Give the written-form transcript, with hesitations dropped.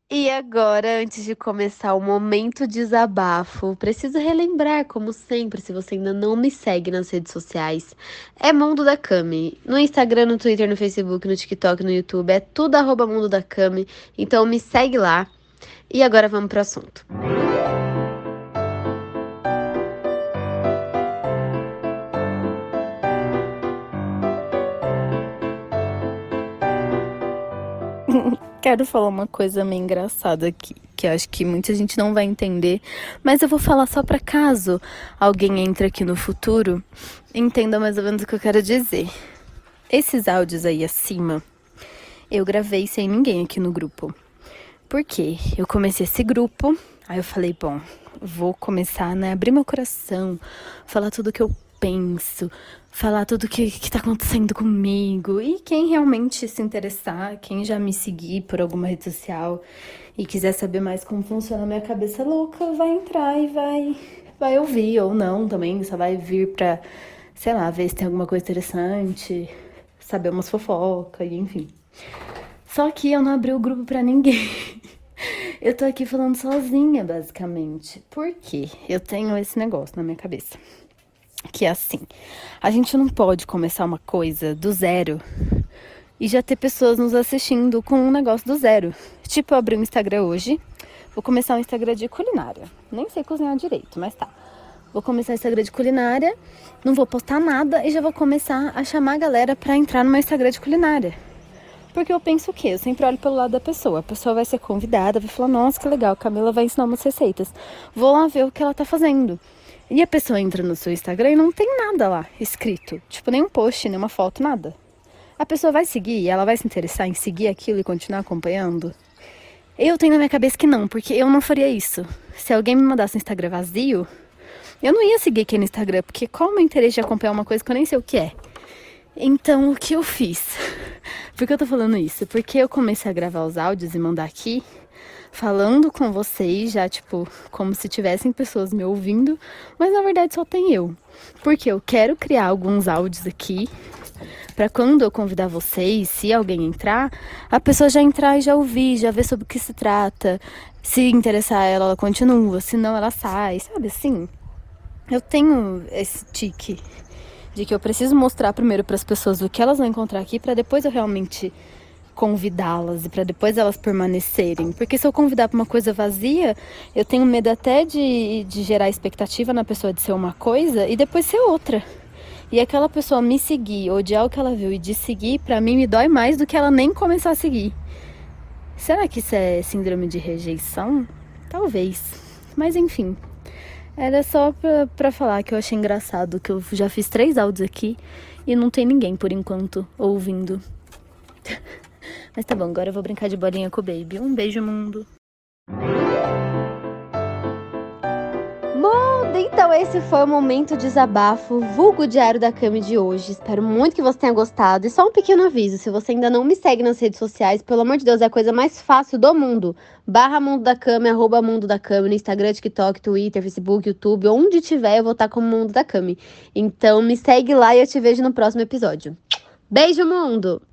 E agora, antes de começar o momento desabafo, preciso relembrar, como sempre, se você ainda não me segue nas redes sociais, é Mundo da Cami. No Instagram, no Twitter, no Facebook, no TikTok, no YouTube, é tudo @Mundo da Cami. Então me segue lá. E agora vamos pro assunto. Quero falar uma coisa meio engraçada aqui, que eu acho que muita gente não vai entender, mas eu vou falar só pra caso alguém entre aqui no futuro, entenda mais ou menos o que eu quero dizer. Esses áudios aí acima, eu gravei sem ninguém aqui no grupo. Por quê? Eu comecei esse grupo, aí eu falei, bom, vou começar, né, abrir meu coração, falar tudo que eu penso, falar tudo que tá acontecendo comigo. E quem realmente se interessar, quem já me seguir por alguma rede social e quiser saber mais como funciona a minha cabeça louca, vai entrar e vai ouvir, ou não também, só vai vir pra, sei lá, ver se tem alguma coisa interessante, saber umas fofocas, e enfim. Só que eu não abri o grupo pra ninguém. Eu tô aqui falando sozinha, basicamente. Por quê? Eu tenho esse negócio na minha cabeça. Que é assim, a gente não pode começar uma coisa do zero e já ter pessoas nos assistindo com um negócio do zero. Tipo, eu abri um Instagram hoje, vou começar um Instagram de culinária. Nem sei cozinhar direito, mas tá. Vou começar o Instagram de culinária, não vou postar nada e já vou começar a chamar a galera pra entrar no meu Instagram de culinária. Porque eu penso o quê? Eu sempre olho pelo lado da pessoa. A pessoa vai ser convidada, vai falar, nossa, que legal, a Camila vai ensinar umas receitas. Vou lá ver o que ela tá fazendo. E a pessoa entra no seu Instagram e não tem nada lá escrito. Tipo, nem um post, nem uma foto, nada. A pessoa vai seguir e ela vai se interessar em seguir aquilo e continuar acompanhando? Eu tenho na minha cabeça que não, porque eu não faria isso. Se alguém me mandasse um Instagram vazio, eu não ia seguir aqui no Instagram, porque qual o meu interesse de acompanhar uma coisa que eu nem sei o que é? Então, o que eu fiz? Por que eu tô falando isso? Porque eu comecei a gravar os áudios e mandar aqui, falando com vocês, já, tipo, como se tivessem pessoas me ouvindo, mas na verdade só tem eu. Porque eu quero criar alguns áudios aqui, pra quando eu convidar vocês, se alguém entrar, a pessoa já entrar e já ouvir, já ver sobre o que se trata. Se interessar ela, ela continua, se não, ela sai, sabe assim? Eu tenho esse tique de que eu preciso mostrar primeiro para as pessoas o que elas vão encontrar aqui para depois eu realmente convidá-las e para depois elas permanecerem. Porque se eu convidar para uma coisa vazia, eu tenho medo até de gerar expectativa na pessoa de ser uma coisa e depois ser outra. E aquela pessoa me seguir, odiar o que ela viu e de seguir, pra mim me dói mais do que ela nem começar a seguir. Será que isso é síndrome de rejeição? Talvez. Mas enfim. Era só pra falar que eu achei engraçado, que eu já fiz 3 áudios aqui e não tem ninguém, por enquanto, ouvindo. Mas tá bom, agora eu vou brincar de bolinha com o Baby. Um beijo, mundo. Bom, então esse foi o momento desabafo, vulgo Diário da Cami de hoje. Espero muito que você tenha gostado. E só um pequeno aviso, se você ainda não me segue nas redes sociais, pelo amor de Deus, é a coisa mais fácil do mundo. /Mundo da Cami, @Mundo da Cami, no Instagram, TikTok, Twitter, Facebook, YouTube, onde tiver eu vou estar como Mundo da Cami. Então me segue lá e eu te vejo no próximo episódio. Beijo, mundo!